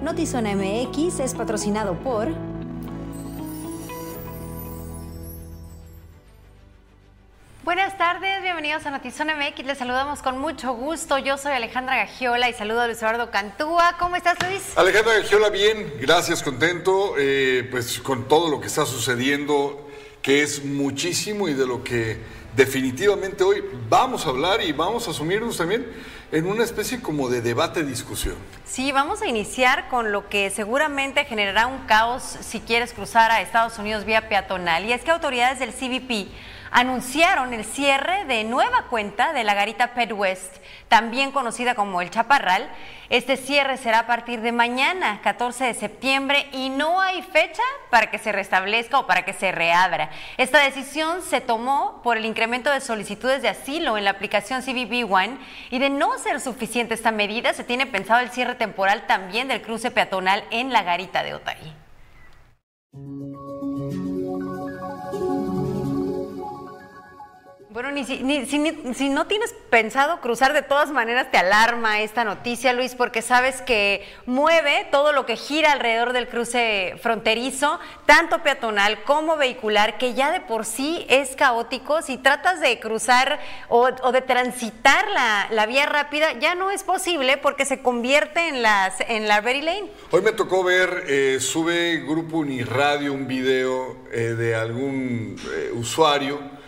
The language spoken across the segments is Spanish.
Notizona MX es patrocinado por... Buenas tardes, bienvenidos a Notizona MX, les saludamos con mucho gusto. Yo soy Alejandra Gagiola y saludo a Luis Eduardo Cantúa. ¿Cómo estás, Luis? Alejandra Gagiola, bien, gracias, contento, pues con todo lo que está sucediendo, que es muchísimo y de lo que definitivamente hoy vamos a hablar y vamos a asumirnos también en una especie como de debate-discusión. Sí, vamos a iniciar con lo que seguramente generará un caos si quieres cruzar a Estados Unidos vía peatonal, y es que autoridades del CBP anunciaron el cierre de nueva cuenta de la garita Pet West, también conocida como El Chaparral. Este cierre será a partir de mañana, 14 de septiembre, y no hay fecha para que se restablezca o para que se reabra. Esta decisión se tomó por el incremento de solicitudes de asilo en la aplicación CBP One, y de no ser suficiente esta medida, se tiene pensado el cierre temporal también del cruce peatonal en la garita de Otay. Bueno, si no tienes pensado cruzar, de todas maneras te alarma esta noticia, Luis, porque sabes que mueve todo lo que gira alrededor del cruce fronterizo, tanto peatonal como vehicular, que ya de por sí es caótico. Si tratas de cruzar o de transitar la vía rápida, ya no es posible porque se convierte en la Ready Lane. Hoy me tocó ver, sube Grupo Uniradio un video de algún usuario,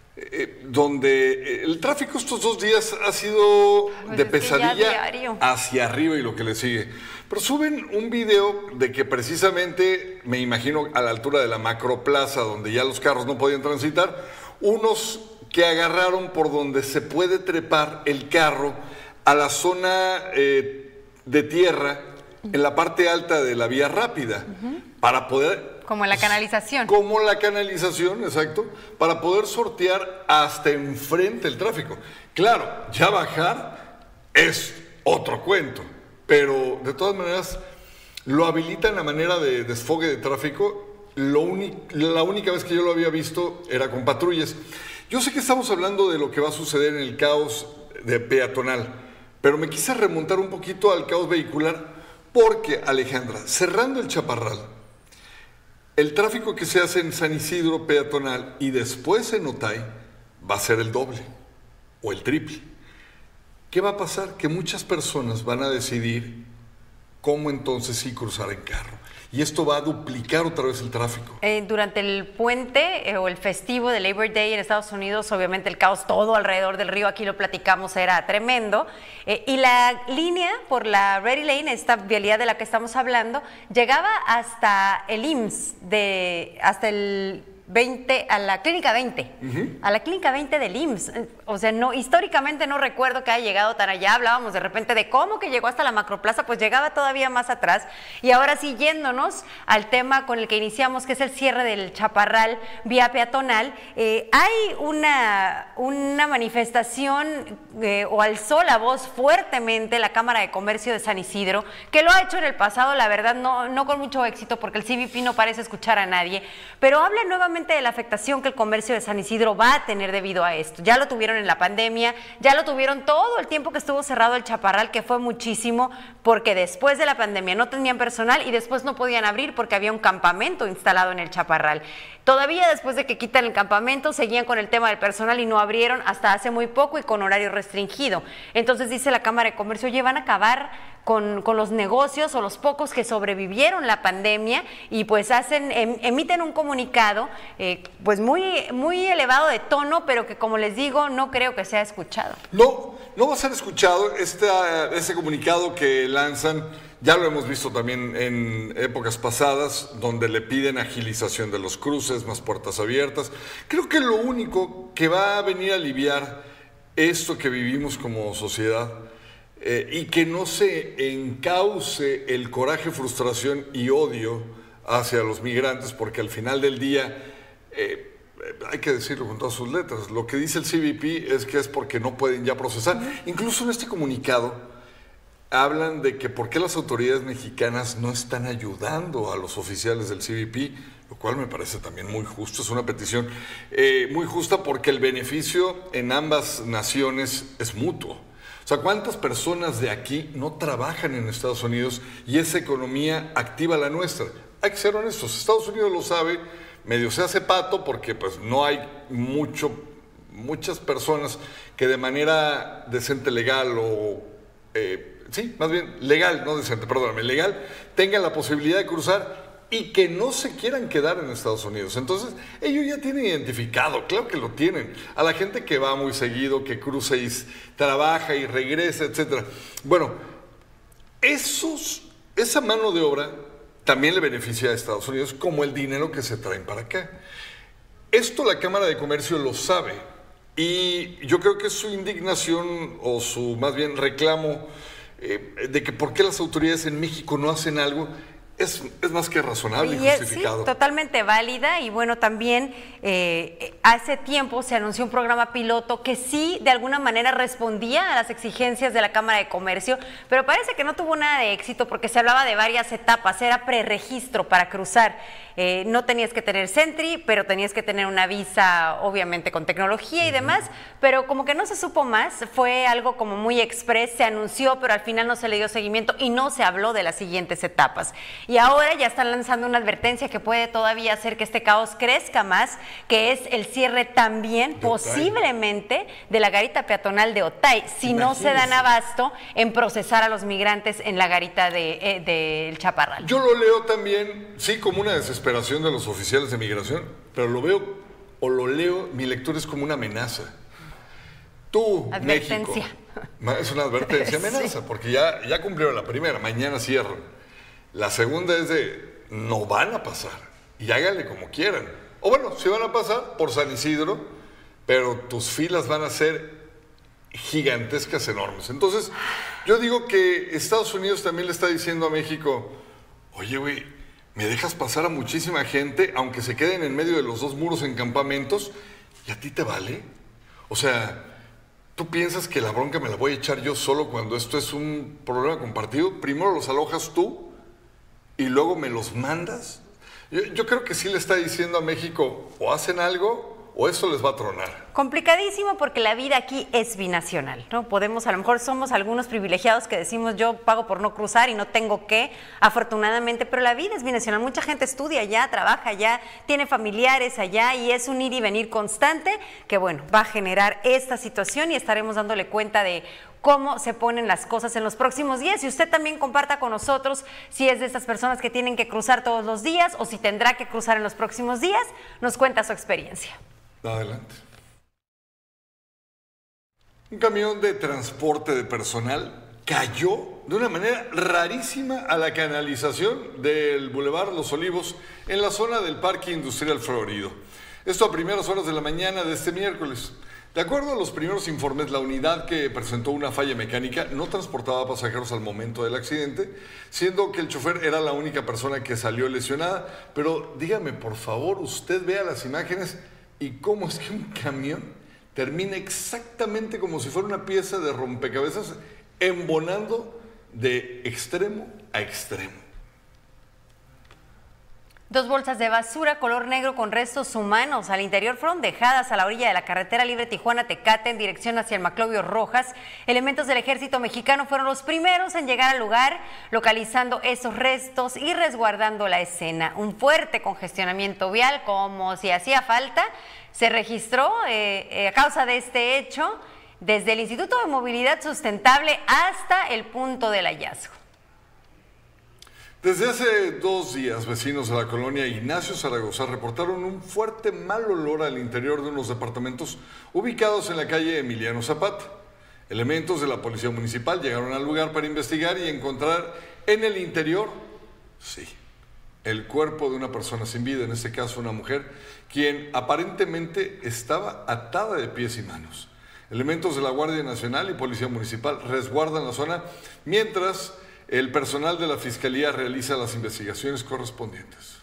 donde el tráfico estos 2 días ha sido de pesadilla hacia arriba y lo que le sigue. Pero suben un video de que precisamente, me imagino a la altura de la Macroplaza, donde ya los carros no podían transitar, unos que agarraron por donde se puede trepar el carro a la zona de tierra, en la parte alta de la vía rápida, para poder... Como la canalización. Como la canalización, exacto, para poder sortear hasta enfrente el tráfico. Claro, ya bajar es otro cuento, pero de todas maneras lo habilitan a manera de desfogue de tráfico. La única vez que yo lo había visto era con patrullas. Yo sé que estamos hablando de lo que va a suceder en el caos de peatonal, pero me quise remontar un poquito al caos vehicular, porque, Alejandra, cerrando el Chaparral, el tráfico que se hace en San Isidro peatonal y después en Otay va a ser el doble o el triple. ¿Qué va a pasar? Que muchas personas van a decidir cómo entonces sí cruzar en carro. Y esto va a duplicar otra vez el tráfico. Durante el puente o el festivo de Labor Day en Estados Unidos, obviamente el caos todo alrededor del río, aquí lo platicamos, era tremendo. Y la línea por la Ready Lane, esta vialidad de la que estamos hablando, llegaba hasta el IMSS, hasta el 20, a la clínica 20, a la clínica 20 del IMSS. O sea, no, históricamente no recuerdo que haya llegado tan allá. Hablábamos de repente de cómo que llegó hasta la Macroplaza, pues llegaba todavía más atrás. Y ahora sí, yéndonos al tema con el que iniciamos, que es el cierre del Chaparral vía peatonal, hay una manifestación o alzó la voz fuertemente la Cámara de Comercio de San Isidro, que lo ha hecho en el pasado, la verdad, no con mucho éxito, porque el CBP no parece escuchar a nadie, pero habla nuevamente de la afectación que el comercio de San Isidro va a tener debido a esto. Ya lo tuvieron en la pandemia, ya lo tuvieron todo el tiempo que estuvo cerrado el Chaparral, que fue muchísimo, porque después de la pandemia no tenían personal y después no podían abrir porque había un campamento instalado en el Chaparral. Todavía después de que quitan el campamento, seguían con el tema del personal y no abrieron hasta hace muy poco y con horario restringido. Entonces dice la Cámara de Comercio, oye, van a acabar con los negocios o los pocos que sobrevivieron la pandemia, y pues emiten un comunicado pues muy elevado de tono, pero que, como les digo, no creo que sea escuchado. No va a ser escuchado. Este comunicado que lanzan, ya lo hemos visto también en épocas pasadas, donde le piden agilización de los cruces, más puertas abiertas. Creo que lo único que va a venir a aliviar esto que vivimos como sociedad, y que no se encauce el coraje, frustración y odio hacia los migrantes, porque al final del día, hay que decirlo con todas sus letras, lo que dice el CBP es que es porque no pueden ya procesar. Incluso en este comunicado hablan de que por qué las autoridades mexicanas no están ayudando a los oficiales del CBP, lo cual me parece también muy justo. Es una petición muy justa, porque el beneficio en ambas naciones es mutuo. O sea, ¿cuántas personas de aquí no trabajan en Estados Unidos y esa economía activa la nuestra? Hay que ser honestos, Estados Unidos lo sabe, medio se hace pato porque pues no hay muchas personas que de manera decente, legal o... sí, más bien legal, no decente, perdóname, legal, tengan la posibilidad de cruzar y que no se quieran quedar en Estados Unidos. Entonces, ellos ya tienen identificado, claro que lo tienen, a la gente que va muy seguido, que cruza y trabaja y regresa, etc. Bueno, esa mano de obra también le beneficia a Estados Unidos como el dinero que se traen para acá. Esto la Cámara de Comercio lo sabe y yo creo que su indignación o su más bien reclamo de que por qué las autoridades en México no hacen algo es más que razonable y justificado. Sí, totalmente válida y bueno, también hace tiempo se anunció un programa piloto que sí de alguna manera respondía a las exigencias de la Cámara de Comercio, pero parece que no tuvo nada de éxito porque se hablaba de varias etapas, era preregistro para cruzar. No tenías que tener Sentry, pero tenías que tener una visa, obviamente con tecnología y demás, pero como que no se supo más, fue algo como muy express, se anunció, pero al final no se le dio seguimiento y no se habló de las siguientes etapas. Y ahora ya están lanzando una advertencia que puede todavía hacer que este caos crezca más, que es el cierre también, posiblemente, de la garita peatonal de Otay, si no se dan abasto en procesar a los migrantes en la garita del Chaparral. Yo lo leo también, sí, como una desesperación de los oficiales de migración, pero lo veo o lo leo, mi lectura es como una amenaza. Tú, advertencia. México, es una advertencia, amenaza, sí. Porque ya cumplieron la primera, mañana cierran. La segunda es de, no van a pasar, y háganle como quieran. O bueno, sí van a pasar por San Isidro, pero tus filas van a ser gigantescas, enormes. Entonces, yo digo que Estados Unidos también le está diciendo a México, oye, güey, me dejas pasar a muchísima gente, aunque se queden en medio de los dos muros en campamentos, ¿y a ti te vale? O sea, ¿tú piensas que la bronca me la voy a echar yo solo cuando esto es un problema compartido? Primero los alojas tú y luego me los mandas. Yo creo que sí le está diciendo a México, o hacen algo o eso les va a tronar. Complicadísimo porque la vida aquí es binacional, ¿no? Podemos, a lo mejor somos algunos privilegiados que decimos yo pago por no cruzar y no tengo que, afortunadamente, pero la vida es binacional. Mucha gente estudia allá, trabaja allá, tiene familiares allá y es un ir y venir constante que, bueno, va a generar esta situación y estaremos dándole cuenta de cómo se ponen las cosas en los próximos días. Y usted también comparta con nosotros si es de estas personas que tienen que cruzar todos los días o si tendrá que cruzar en los próximos días, nos cuenta su experiencia. Adelante. Un camión de transporte de personal cayó de una manera rarísima a la canalización del Boulevard Los Olivos en la zona del Parque Industrial Florido. Esto a primeras horas de la mañana de este miércoles. De acuerdo a los primeros informes, la unidad que presentó una falla mecánica no transportaba pasajeros al momento del accidente, siendo que el chofer era la única persona que salió lesionada. Pero dígame, por favor, usted vea las imágenes y cómo es que un camión termina exactamente como si fuera una pieza de rompecabezas, embonando de extremo a extremo. 2 bolsas de basura color negro con restos humanos al interior fueron dejadas a la orilla de la carretera libre Tijuana-Tecate en dirección hacia el Maclovio Rojas. Elementos del ejército mexicano fueron los primeros en llegar al lugar, localizando esos restos y resguardando la escena. Un fuerte congestionamiento vial, como si hacía falta, se registró a causa de este hecho desde el Instituto de Movilidad Sustentable hasta el punto del hallazgo. Desde hace 2 días, vecinos de la colonia Ignacio Zaragoza reportaron un fuerte mal olor al interior de unos departamentos ubicados en la calle Emiliano Zapata. Elementos de la policía municipal llegaron al lugar para investigar y encontrar en el interior, sí, el cuerpo de una persona sin vida, en este caso una mujer, quien aparentemente estaba atada de pies y manos. Elementos de la Guardia Nacional y Policía Municipal resguardan la zona, mientras el personal de la Fiscalía realiza las investigaciones correspondientes.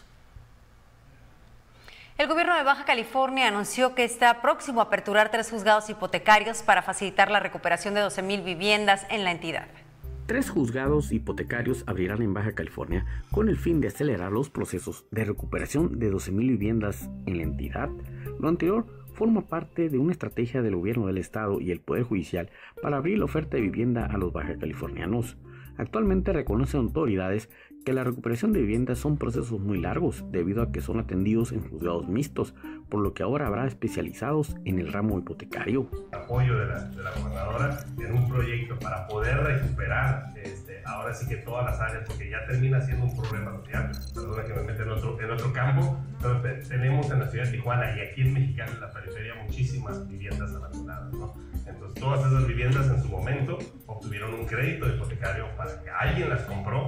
El gobierno de Baja California anunció que está próximo a aperturar 3 juzgados hipotecarios para facilitar la recuperación de 12,000 viviendas en la entidad. 3 juzgados hipotecarios abrirán en Baja California con el fin de acelerar los procesos de recuperación de 12,000 viviendas en la entidad. Lo anterior forma parte de una estrategia del gobierno del estado y el Poder Judicial para abrir la oferta de vivienda a los bajacalifornianos. Actualmente reconocen autoridades que la recuperación de viviendas son procesos muy largos debido a que son atendidos en juzgados mixtos, por lo que ahora habrá especializados en el ramo hipotecario. Apoyo de la gobernadora en un proyecto para poder recuperar ahora sí que todas las áreas, porque ya termina siendo un problema social. Perdona que me meta en otro campo, pero tenemos en la ciudad de Tijuana y aquí en Mexicali, en la periferia, muchísimas viviendas abandonadas, ¿no? Entonces todas esas viviendas en su momento obtuvieron un crédito hipotecario para que alguien las compró.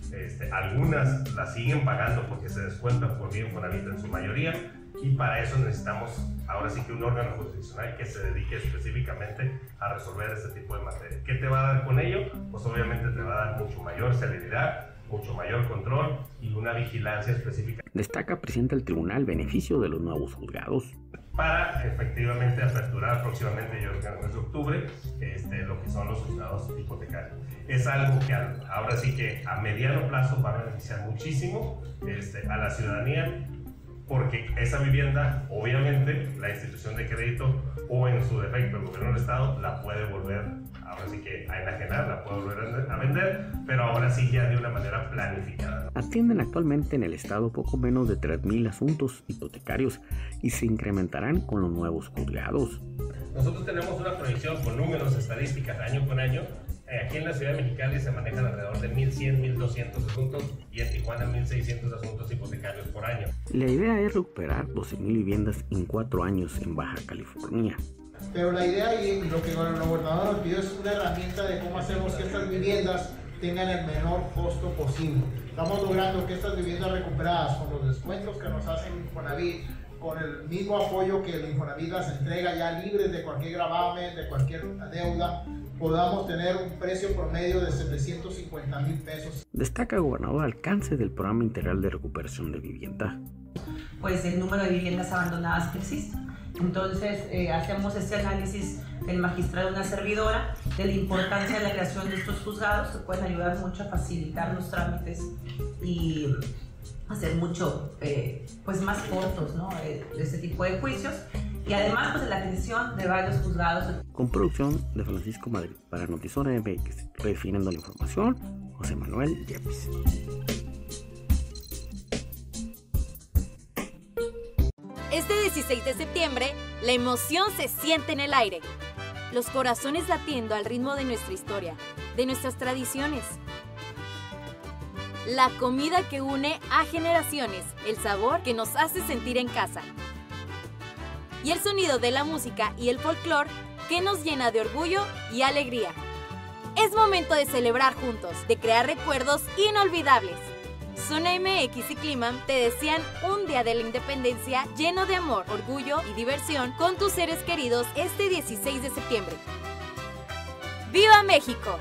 Algunas las siguen pagando porque se descuentan por vía Infonavit en su mayoría, y para eso necesitamos ahora sí que un órgano jurisdiccional que se dedique específicamente a resolver este tipo de materia. ¿Qué te va a dar con ello? Pues obviamente te va a dar mucho mayor celeridad, mucho mayor control y una vigilancia específica. Destaca presidente del tribunal el beneficio de los nuevos juzgados. Para efectivamente aperturar próximamente, yo creo que en el mes de octubre, lo que son los juzgados hipotecarios. Es algo que ahora sí que a mediano plazo va a beneficiar muchísimo a la ciudadanía, porque esa vivienda, obviamente, la institución de crédito o en su defecto el gobierno del estado la puede volver, ahora sí que a enajenar, la puede volver a vender, pero ahora sí ya de una manera planificada. Atienden actualmente en el estado poco menos de 3,000 asuntos hipotecarios y se incrementarán con los nuevos juzgados. Nosotros tenemos una proyección con números, estadísticas año con año. Aquí en la ciudad de Mexicali se manejan alrededor de 1,100, 1,200 asuntos y en Tijuana 1,600 asuntos hipotecarios por año. La idea es recuperar 12,000 viviendas en 4 años en Baja California. Pero la idea y lo que el gobernador nos pidió es una herramienta de cómo hacemos que estas viviendas tengan el menor costo posible. Estamos logrando que estas viviendas recuperadas, con los descuentos que nos hacen Infonavit, con el mismo apoyo que el Infonavit las entrega ya libres de cualquier gravamen, de cualquier deuda, podamos tener un precio promedio de 750,000 pesos. Destaca el gobernador alcance del Programa Integral de Recuperación de Vivienda. Pues el número de viviendas abandonadas que existe. Entonces hacemos este análisis del magistrado, una servidora, de la importancia de la creación de estos juzgados que pueden ayudar mucho a facilitar los trámites y hacer mucho pues más cortos, ¿no? Este tipo de juicios, y además pues la adquisición de varios juzgados. Con producción de Francisco Madrid para Notizona MX, redefiniendo la información, José Manuel Yepes. Este 16 de septiembre, la emoción se siente en el aire. Los corazones latiendo al ritmo de nuestra historia, de nuestras tradiciones. La comida que une a generaciones, el sabor que nos hace sentir en casa. Y el sonido de la música y el folclore que nos llena de orgullo y alegría. Es momento de celebrar juntos, de crear recuerdos inolvidables. Zona MX y Climan te desean un día de la independencia lleno de amor, orgullo y diversión con tus seres queridos este 16 de septiembre. ¡Viva México!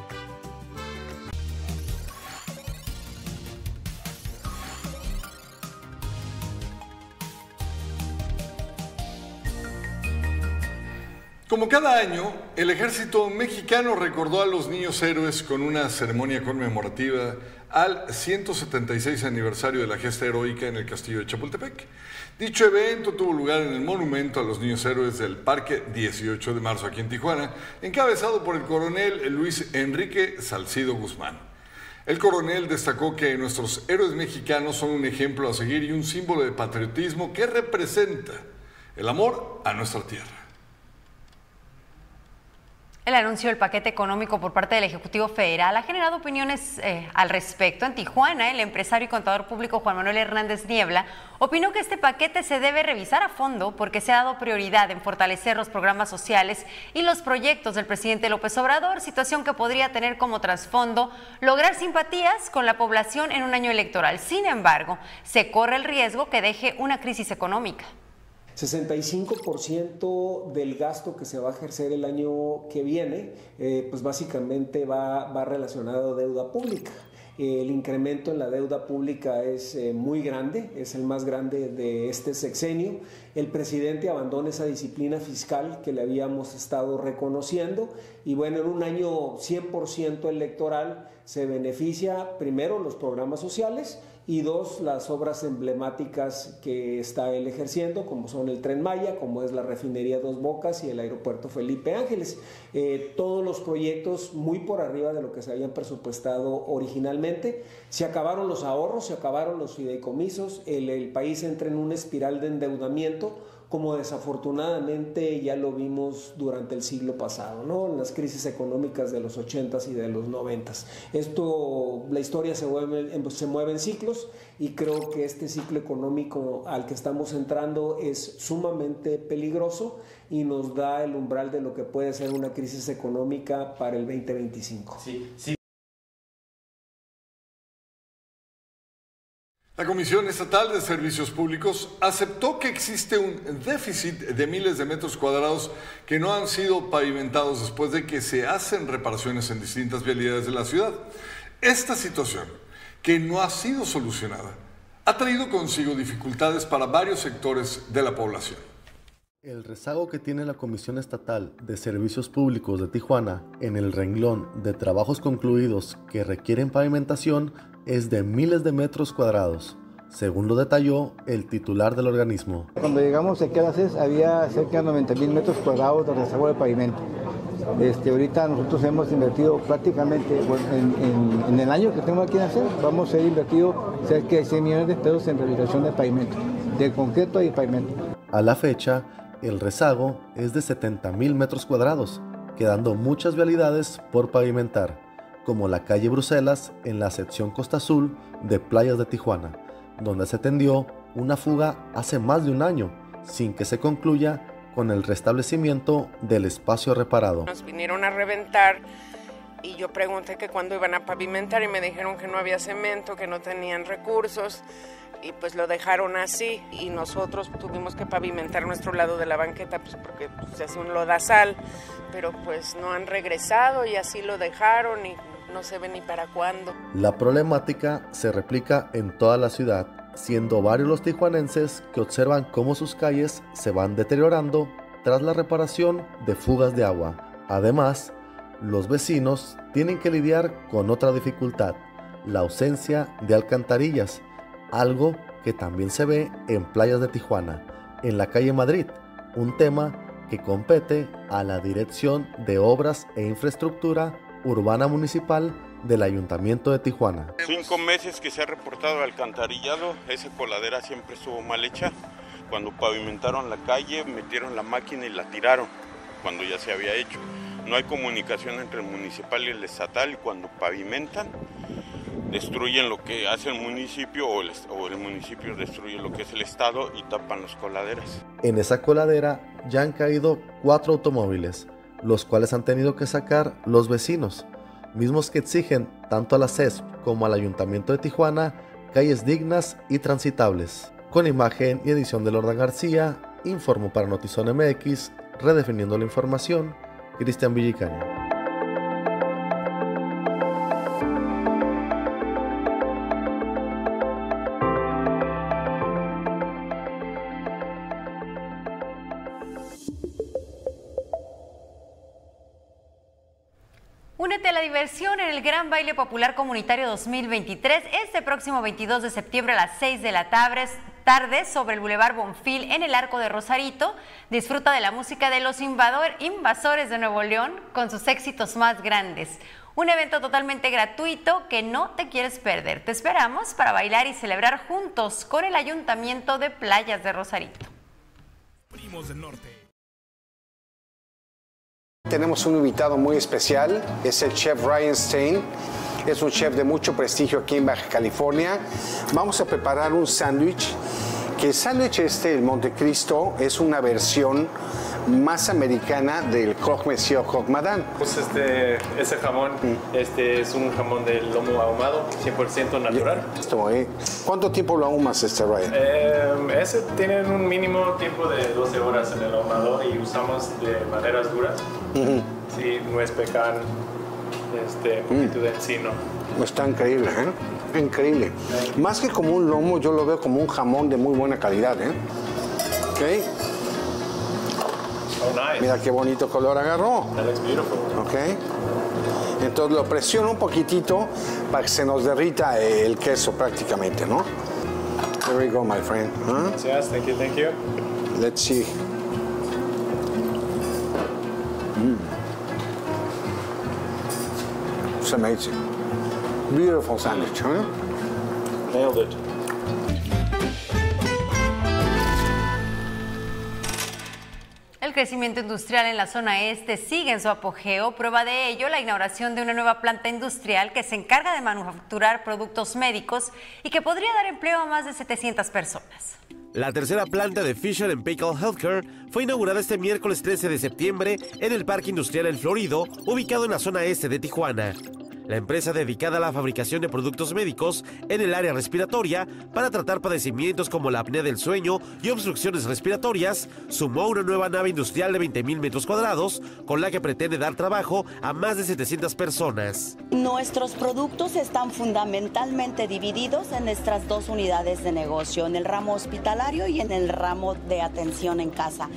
Como cada año, el ejército mexicano recordó a los niños héroes con una ceremonia conmemorativa al 176 aniversario de la gesta heroica en el castillo de Chapultepec. Dicho evento tuvo lugar en el monumento a los niños héroes del Parque 18 de Marzo aquí en Tijuana, encabezado por el coronel Luis Enrique Salcido Guzmán. El coronel destacó que nuestros héroes mexicanos son un ejemplo a seguir y un símbolo de patriotismo que representa el amor a nuestra tierra. El anuncio del paquete económico por parte del Ejecutivo Federal ha generado opiniones al respecto. En Tijuana, el empresario y contador público Juan Manuel Hernández Niebla opinó que este paquete se debe revisar a fondo porque se ha dado prioridad en fortalecer los programas sociales y los proyectos del presidente López Obrador, situación que podría tener como trasfondo lograr simpatías con la población en un año electoral. Sin embargo, se corre el riesgo que deje una crisis económica. 65% del gasto que se va a ejercer el año que viene, pues básicamente va relacionado a deuda pública. El incremento en la deuda pública es muy grande, es el más grande de este sexenio. El presidente abandona esa disciplina fiscal que le habíamos estado reconociendo y bueno, en un año 100% electoral se beneficia primero los programas sociales y 2, las obras emblemáticas que está él ejerciendo, como son el Tren Maya, como es la refinería Dos Bocas y el aeropuerto Felipe Ángeles. Todos los proyectos muy por arriba de lo que se habían presupuestado originalmente. Se acabaron los ahorros, se acabaron los fideicomisos, el país entra en una espiral de endeudamiento, como desafortunadamente ya lo vimos durante el siglo pasado, ¿no? En las crisis económicas de los 80s y de los 90s. La historia se mueve en ciclos, y creo que este ciclo económico al que estamos entrando es sumamente peligroso y nos da el umbral de lo que puede ser una crisis económica para el 2025. Sí. La Comisión Estatal de Servicios Públicos aceptó que existe un déficit de miles de metros cuadrados que no han sido pavimentados después de que se hacen reparaciones en distintas vialidades de la ciudad. Esta situación, que no ha sido solucionada, ha traído consigo dificultades para varios sectores de la población. El rezago que tiene la Comisión Estatal de Servicios Públicos de Tijuana en el renglón de trabajos concluidos que requieren pavimentación es de miles de metros cuadrados, según lo detalló el titular del organismo. Cuando llegamos aquí a la CES había cerca de 90,000 metros cuadrados de rezago de pavimento. Ahorita nosotros hemos invertido prácticamente, en el año que tenemos aquí en la CES, vamos a ir invertido cerca de 100 millones de pesos en rehabilitación de pavimento, de concreto y pavimento. A la fecha, el rezago es de 70,000 metros cuadrados, quedando muchas vialidades por pavimentar, como la calle Bruselas en la sección Costa Azul de Playas de Tijuana, donde se tendió una fuga hace más de un año, sin que se concluya con el restablecimiento del espacio reparado. Nos vinieron a reventar y yo pregunté que cuándo iban a pavimentar y me dijeron que no había cemento, que no tenían recursos, y pues lo dejaron así, y nosotros tuvimos que pavimentar nuestro lado de la banqueta pues porque se hace un lodazal, pero pues no han regresado y así lo dejaron y no se ve ni para cuándo. La problemática se replica en toda la ciudad, siendo varios los tijuanenses que observan cómo sus calles se van deteriorando tras la reparación de fugas de agua. Además, los vecinos tienen que lidiar con otra dificultad, la ausencia de alcantarillas, algo que también se ve en Playas de Tijuana, en la calle Madrid, un tema que compete a la Dirección de Obras e Infraestructura Urbana Municipal del Ayuntamiento de Tijuana. 5 meses que se ha reportado alcantarillado, esa coladera siempre estuvo mal hecha. Cuando pavimentaron la calle, metieron la máquina y la tiraron, cuando ya se había hecho. No hay comunicación entre el municipal y el estatal, y cuando pavimentan, destruyen lo que hace el municipio o el municipio destruye lo que es el estado y tapan las coladeras. En esa coladera ya han caído 4 automóviles, los cuales han tenido que sacar los vecinos, mismos que exigen tanto a la CES como al Ayuntamiento de Tijuana calles dignas y transitables. Con imagen y edición de Lordan García, informó para Notizón MX, redefiniendo la información, Cristian Villicaño. Únete a la diversión en el Gran Baile Popular Comunitario 2023 este próximo 22 de septiembre a las 6 de la tarde sobre el Boulevard Bonfil en el Arco de Rosarito. Disfruta de la música de los Invasores de Nuevo León con sus éxitos más grandes. Un evento totalmente gratuito que no te quieres perder. Te esperamos para bailar y celebrar juntos con el Ayuntamiento de Playas de Rosarito. Primos del Norte. Tenemos un invitado muy especial, es el chef Ryan Stein. Es un chef de mucho prestigio aquí en Baja California. Vamos a preparar un sándwich, que el sándwich el Montecristo, es una versión más americana del croque monsieur, croque madame. Pues ese jamón es un jamón de lomo ahumado, 100% natural. ¿Cuánto tiempo lo ahumas, Ryan? Ese tiene un mínimo tiempo de 12 horas en el ahumador y usamos de maderas duras. Sí, nuez pecan, un poquito de encino. Está increíble, ¿eh? Increíble. Más que como un lomo, yo lo veo como un jamón de muy buena calidad, ¿eh? Okay. Oh, Mira qué bonito color agarró. That looks beautiful. Ok. Entonces lo presiono un poquitito para que se nos derrita el queso prácticamente, ¿no? There we go, my friend. Huh? Yes, thank you, thank you. Let's see. It's amazing. Beautiful sandwich, huh? Nailed it. El crecimiento industrial en la zona este sigue en su apogeo. Prueba de ello la inauguración de una nueva planta industrial que se encarga de manufacturar productos médicos y que podría dar empleo a más de 700 personas. La tercera planta de Fisher & Paykel Healthcare fue inaugurada este miércoles 13 de septiembre en el Parque Industrial El Florido, ubicado en la zona este de Tijuana. La empresa dedicada a la fabricación de productos médicos en el área respiratoria para tratar padecimientos como la apnea del sueño y obstrucciones respiratorias sumó una nueva nave industrial de 20,000 metros cuadrados con la que pretende dar trabajo a más de 700 personas. Nuestros productos están fundamentalmente divididos en nuestras dos unidades de negocio, en el ramo hospitalario y en el ramo de atención en casa.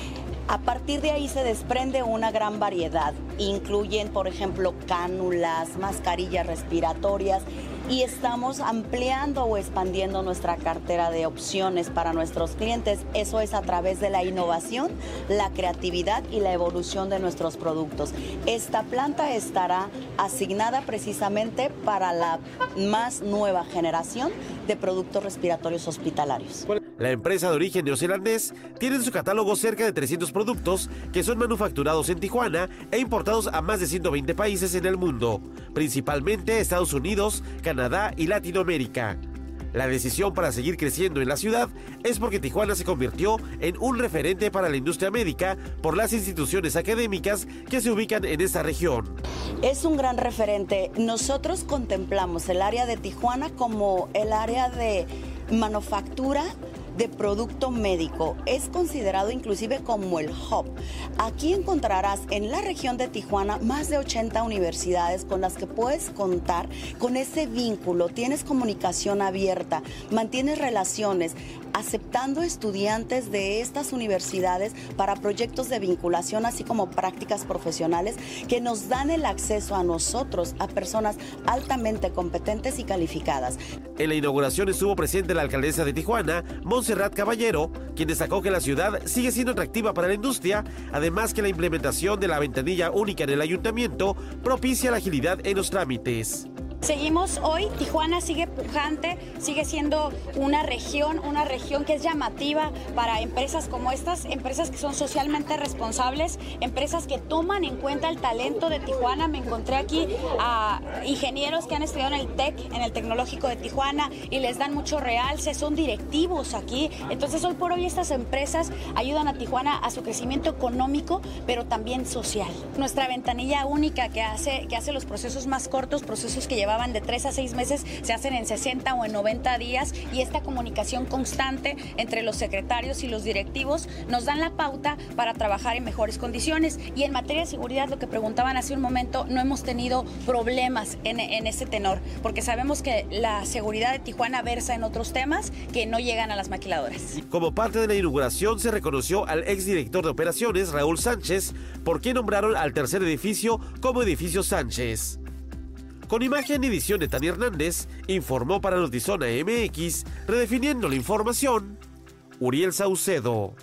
A partir de ahí se desprende una gran variedad. Incluyen, por ejemplo, cánulas, mascarillas respiratorias y estamos ampliando o expandiendo nuestra cartera de opciones para nuestros clientes. Eso es a través de la innovación, la creatividad y la evolución de nuestros productos. Esta planta estará asignada precisamente para la más nueva generación de productos respiratorios hospitalarios. La empresa de origen neozelandés tiene en su catálogo cerca de 300 productos que son manufacturados en Tijuana e importados a más de 120 países en el mundo, principalmente Estados Unidos, Canadá y Latinoamérica. La decisión para seguir creciendo en la ciudad es porque Tijuana se convirtió en un referente para la industria médica por las instituciones académicas que se ubican en esta región. Es un gran referente. Nosotros contemplamos el área de Tijuana como el área de manufactura de producto médico. Es considerado inclusive como el hub. Aquí encontrarás en la región de Tijuana más de 80 universidades con las que puedes contar con ese vínculo. Tienes comunicación abierta, mantienes relaciones, aceptando estudiantes de estas universidades para proyectos de vinculación, así como prácticas profesionales que nos dan el acceso a nosotros, a personas altamente competentes y calificadas. En la inauguración estuvo presente la alcaldesa de Tijuana, Montserrat Caballero, quien destacó que la ciudad sigue siendo atractiva para la industria, además que la implementación de la ventanilla única en el ayuntamiento propicia la agilidad en los trámites. Seguimos hoy, Tijuana sigue pujante, sigue siendo una región que es llamativa para empresas como estas, empresas que son socialmente responsables, empresas que toman en cuenta el talento de Tijuana. Me encontré aquí a ingenieros que han estudiado en el TEC, en el Tecnológico de Tijuana, y les dan mucho realce, son directivos aquí. Entonces hoy por hoy estas empresas ayudan a Tijuana a su crecimiento económico, pero también social. Nuestra ventanilla única que hace los procesos más cortos, procesos que llevaban de 3 a 6 meses, se hacen en 60 o en 90 días, y esta comunicación constante entre los secretarios y los directivos nos dan la pauta para trabajar en mejores condiciones. Y en materia de seguridad, lo que preguntaban hace un momento, no hemos tenido problemas en ese tenor, porque sabemos que la seguridad de Tijuana versa en otros temas que no llegan a las maquiladoras. Como parte de la inauguración se reconoció al exdirector de operaciones, Raúl Sánchez, por quien nombraron al tercer edificio como Edificio Sánchez. Con imagen y edición de Tania Hernández, informó para Notizona MX, redefiniendo la información, Uriel Saucedo.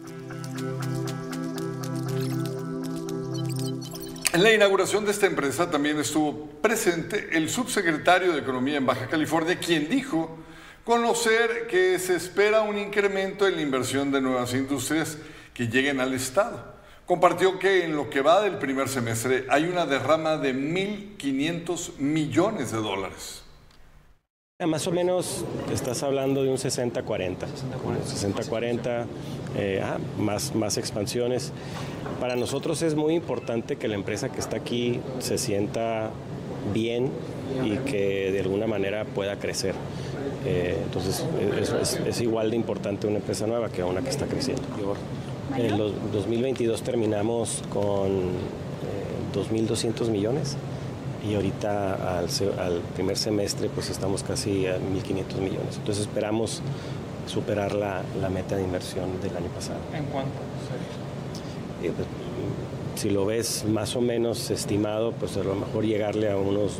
En la inauguración de esta empresa también estuvo presente el subsecretario de Economía en Baja California, quien dijo conocer que se espera un incremento en la inversión de nuevas industrias que lleguen al estado. Compartió que en lo que va del primer semestre hay una derrama de $1,500 millones. Más o menos estás hablando de un 60-40. 60-40, más expansiones. Para nosotros es muy importante que la empresa que está aquí se sienta bien y que de alguna manera pueda crecer. Entonces es igual de importante una empresa nueva que una que está creciendo. En los 2022 terminamos con 2.200 millones y ahorita al primer semestre pues estamos casi a 1.500 millones. Entonces esperamos superar la meta de inversión del año pasado. ¿En cuánto? si lo ves más o menos estimado, pues a lo mejor llegarle a unos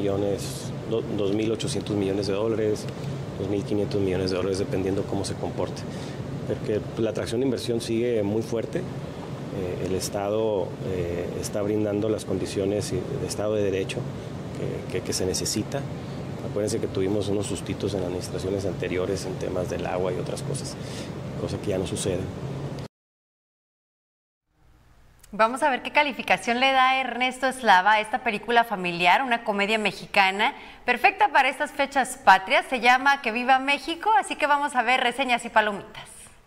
2.800 millones de dólares, 2.500 millones de dólares, dependiendo cómo se comporte. Porque la atracción de inversión sigue muy fuerte. El Estado está brindando las condiciones de Estado de Derecho que se necesita. Acuérdense que tuvimos unos sustitos en administraciones anteriores en temas del agua y otras cosas, cosa que ya no sucede. Vamos a ver qué calificación le da Ernesto Eslava a esta película familiar, una comedia mexicana perfecta para estas fechas patrias. Se llama Que Viva México, así que vamos a ver reseñas y palomitas.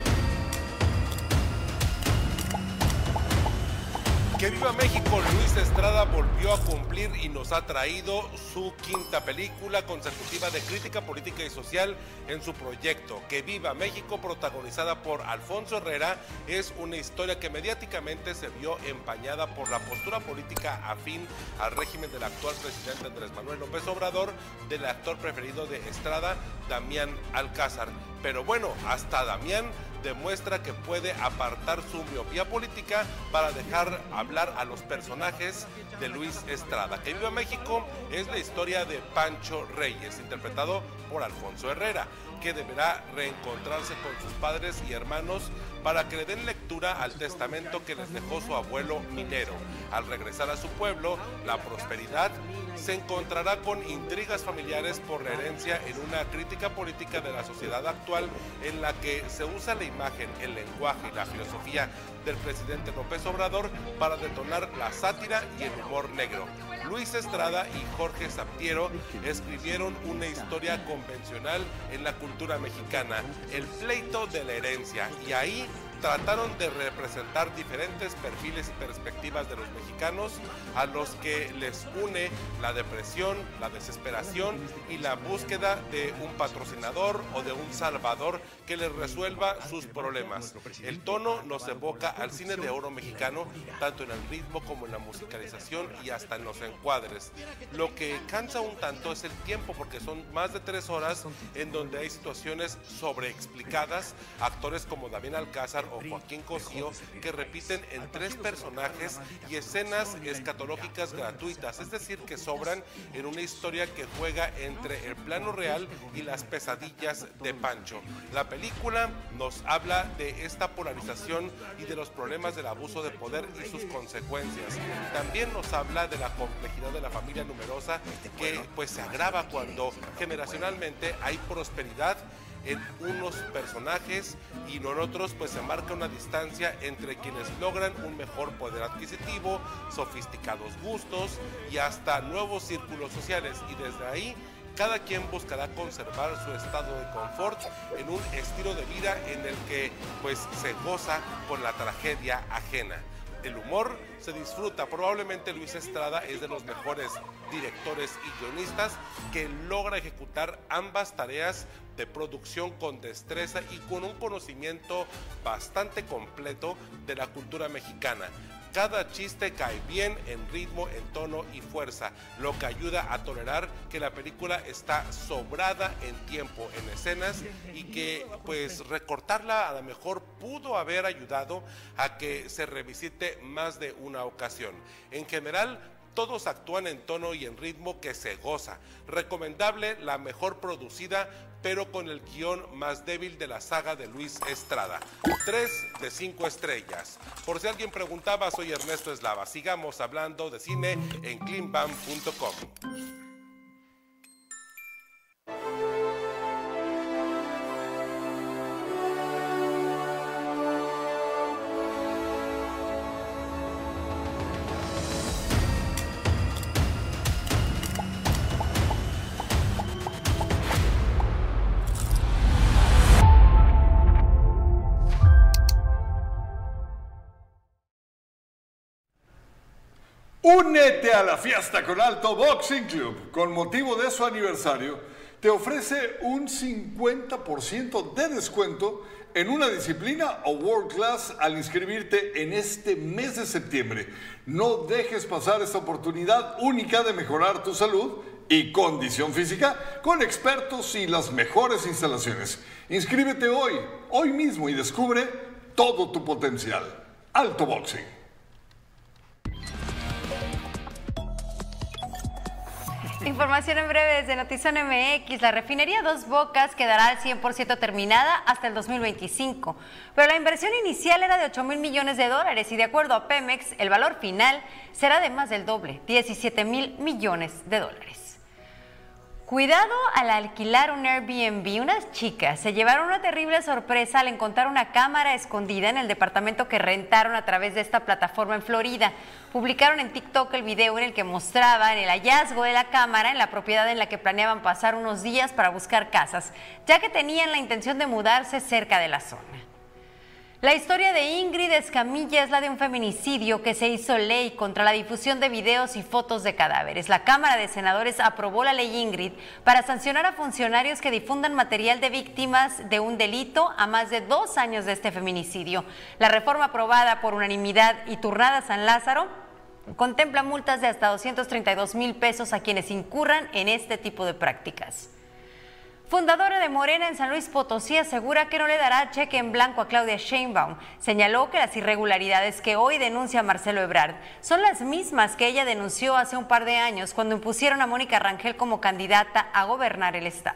Que viva México, Luis Estrada volvió a cumplir y nos ha traído su quinta película consecutiva de crítica política y social en su proyecto. Que viva México, protagonizada por Alfonso Herrera, es una historia que mediáticamente se vio empañada por la postura política afín al régimen del actual presidente Andrés Manuel López Obrador, del actor preferido de Estrada, Damián Alcázar. Pero bueno, hasta Damián demuestra que puede apartar su miopía política para dejar hablar a los personajes de Luis Estrada. Que viva México es la historia de Pancho Reyes, interpretado por Alfonso Herrera, que deberá reencontrarse con sus padres y hermanos para que le den lectura al testamento que les dejó su abuelo minero. Al regresar a su pueblo, la prosperidad se encontrará con intrigas familiares por la herencia en una crítica política de la sociedad actual en la que se usa la imagen, el lenguaje y la filosofía del presidente López Obrador para detonar la sátira y el humor negro. Luis Estrada y Jorge Zaptiero escribieron una historia convencional en la cultura mexicana, el pleito de la herencia, y ahí trataron de representar diferentes perfiles y perspectivas de los mexicanos a los que les une la depresión, la desesperación y la búsqueda de un patrocinador o de un salvador que les resuelva sus problemas. El tono nos evoca al cine de oro mexicano, tanto en el ritmo como en la musicalización y hasta en los encuadres. Lo que cansa un tanto es el tiempo, porque son más de 3 horas en donde hay situaciones sobreexplicadas, actores como Damián Alcázar o Joaquín Cosío que repiten en 3 personajes y escenas escatológicas gratuitas, es decir, que sobran en una historia que juega entre el plano real y las pesadillas de Pancho. La película nos habla de esta polarización y de los problemas del abuso de poder y sus consecuencias. También nos habla de la complejidad de la familia numerosa que pues se agrava cuando generacionalmente hay prosperidad en unos personajes y en otros pues se marca una distancia entre quienes logran un mejor poder adquisitivo, sofisticados gustos y hasta nuevos círculos sociales, y desde ahí cada quien buscará conservar su estado de confort en un estilo de vida en el que pues se goza con la tragedia ajena. El humor se disfruta. Probablemente Luis Estrada es de los mejores directores y guionistas que logra ejecutar ambas tareas de producción con destreza y con un conocimiento bastante completo de la cultura mexicana. Cada chiste cae bien en ritmo, en tono y fuerza, lo que ayuda a tolerar que la película está sobrada en tiempo, en escenas, y que pues recortarla a lo mejor pudo haber ayudado a que se revisite más de una ocasión. En general, todos actúan en tono y en ritmo que se goza. Recomendable, la mejor producida, pero con el guión más débil de la saga de Luis Estrada. 3 de 5 estrellas. Por si alguien preguntaba, soy Ernesto Eslava. Sigamos hablando de cine en cleanbam.com. Únete a la Fiesta con Alto Boxing Club. Con motivo de su aniversario, te ofrece un 50% de descuento en una disciplina o World Class al inscribirte en este mes de septiembre. No dejes pasar esta oportunidad única de mejorar tu salud y condición física con expertos y las mejores instalaciones. Inscríbete hoy mismo, y descubre todo tu potencial. Alto Boxing. Información en breve desde Notizón MX. La refinería Dos Bocas quedará al 100% terminada hasta el 2025, pero la inversión inicial era de 8,000 millones de dólares y de acuerdo a Pemex, el valor final será de más del doble, 17,000 millones de dólares. Cuidado al alquilar un Airbnb, unas chicas se llevaron una terrible sorpresa al encontrar una cámara escondida en el departamento que rentaron a través de esta plataforma en Florida. Publicaron en TikTok el video en el que mostraban el hallazgo de la cámara en la propiedad en la que planeaban pasar unos días para buscar casas, ya que tenían la intención de mudarse cerca de la zona. La historia de Ingrid Escamilla es la de un feminicidio que se hizo ley contra la difusión de videos y fotos de cadáveres. La Cámara de Senadores aprobó la ley Ingrid para sancionar a funcionarios que difundan material de víctimas de un delito a más de 2 años de este feminicidio. La reforma aprobada por unanimidad y turnada San Lázaro contempla multas de hasta 232,000 pesos a quienes incurran en este tipo de prácticas. Fundadora de Morena en San Luis Potosí asegura que no le dará cheque en blanco a Claudia Sheinbaum. Señaló que las irregularidades que hoy denuncia Marcelo Ebrard son las mismas que ella denunció hace un par de años cuando impusieron a Mónica Rangel como candidata a gobernar el estado.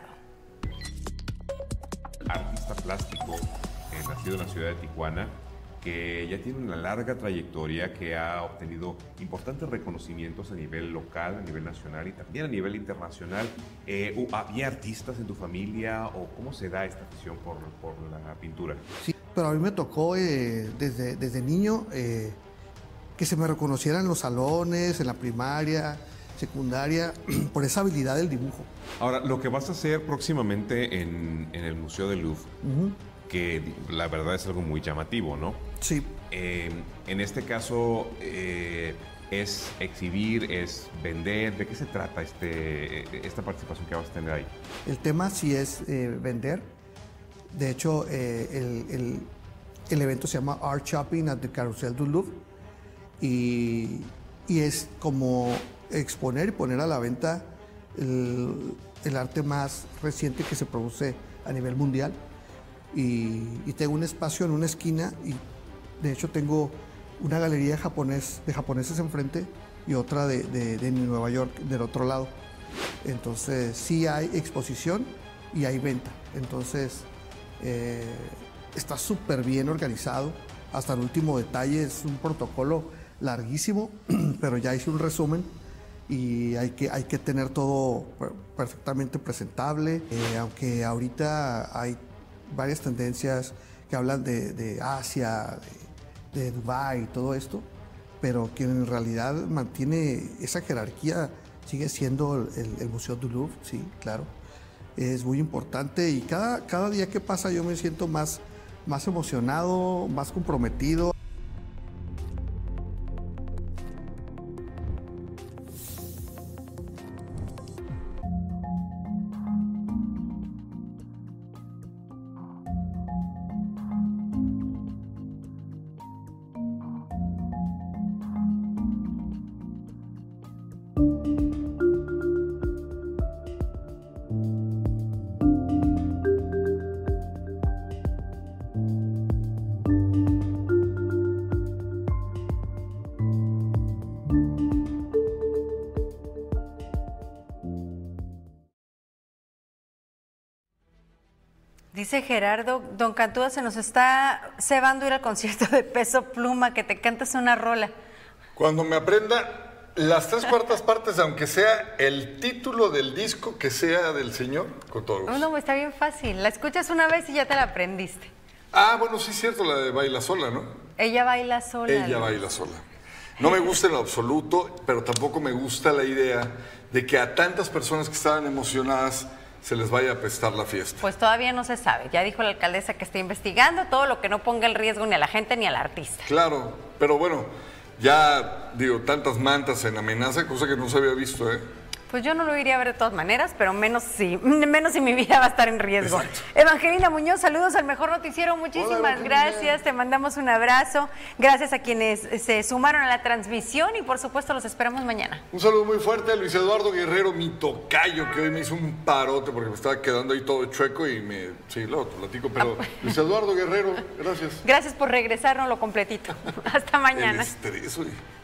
Artista plástico, nacido en la ciudad de Tijuana, que ya tiene una larga trayectoria, que ha obtenido importantes reconocimientos a nivel local, a nivel nacional y también a nivel internacional. ¿Había artistas en tu familia o cómo se da esta afición por la pintura? Sí, pero a mí me tocó desde niño que se me reconociera en los salones, en la primaria, secundaria, por esa habilidad del dibujo. Ahora, lo que vas a hacer próximamente en el Museo del Louvre, que la verdad es algo muy llamativo, ¿no? Sí. En este caso, ¿es exhibir, es vender? ¿De qué se trata esta participación que vas a tener ahí? El tema sí es vender. De hecho, el evento se llama Art Shopping at the Carrousel du Louvre y es como exponer y poner a la venta el arte más reciente que se produce a nivel mundial. Y tengo un espacio en una esquina y de hecho tengo una galería de japoneses enfrente y otra de Nueva York del otro lado. Entonces sí hay exposición y hay venta. Entonces está súper bien organizado hasta el último detalle. Es un protocolo larguísimo, pero ya hice un resumen y hay que tener todo perfectamente presentable. Aunque ahorita hay varias tendencias que hablan de Asia, de Dubái y todo esto, pero quien en realidad mantiene esa jerarquía sigue siendo el Museo du Louvre, sí, claro. Es muy importante y cada día que pasa yo me siento más emocionado, más comprometido. Dice Gerardo, don Cantúa, se nos está cebando ir al concierto de Peso Pluma, que te cantas una rola. Cuando me aprenda las 3/4 partes, aunque sea el título del disco, que sea del señor, con todo gusto. No, está bien fácil. La escuchas una vez y ya te la aprendiste. Ah, bueno, sí es cierto, la de Baila Sola, ¿no? Ella baila sola. Ella baila sola. No me gusta en lo absoluto, pero tampoco me gusta la idea de que a tantas personas que estaban emocionadas se les vaya a apestar la fiesta. Pues todavía no se sabe. Ya dijo la alcaldesa que está investigando todo lo que no ponga en riesgo ni a la gente ni al artista. Claro, pero bueno, ya digo, tantas mantas en amenaza, cosa que no se había visto, ¿eh? Pues yo no lo iría a ver de todas maneras, pero menos si mi vida va a estar en riesgo. Exacto. Evangelina Muñoz, saludos al Mejor Noticiero, muchísimas gracias, te mandamos un abrazo, gracias a quienes se sumaron a la transmisión y por supuesto los esperamos mañana. Un saludo muy fuerte a Luis Eduardo Guerrero, mi tocayo, que hoy me hizo un parote porque me estaba quedando ahí todo chueco y sí, luego te platico, pero Luis Eduardo Guerrero, gracias. Gracias por regresarnos lo completito. Hasta mañana. El estrés, oye.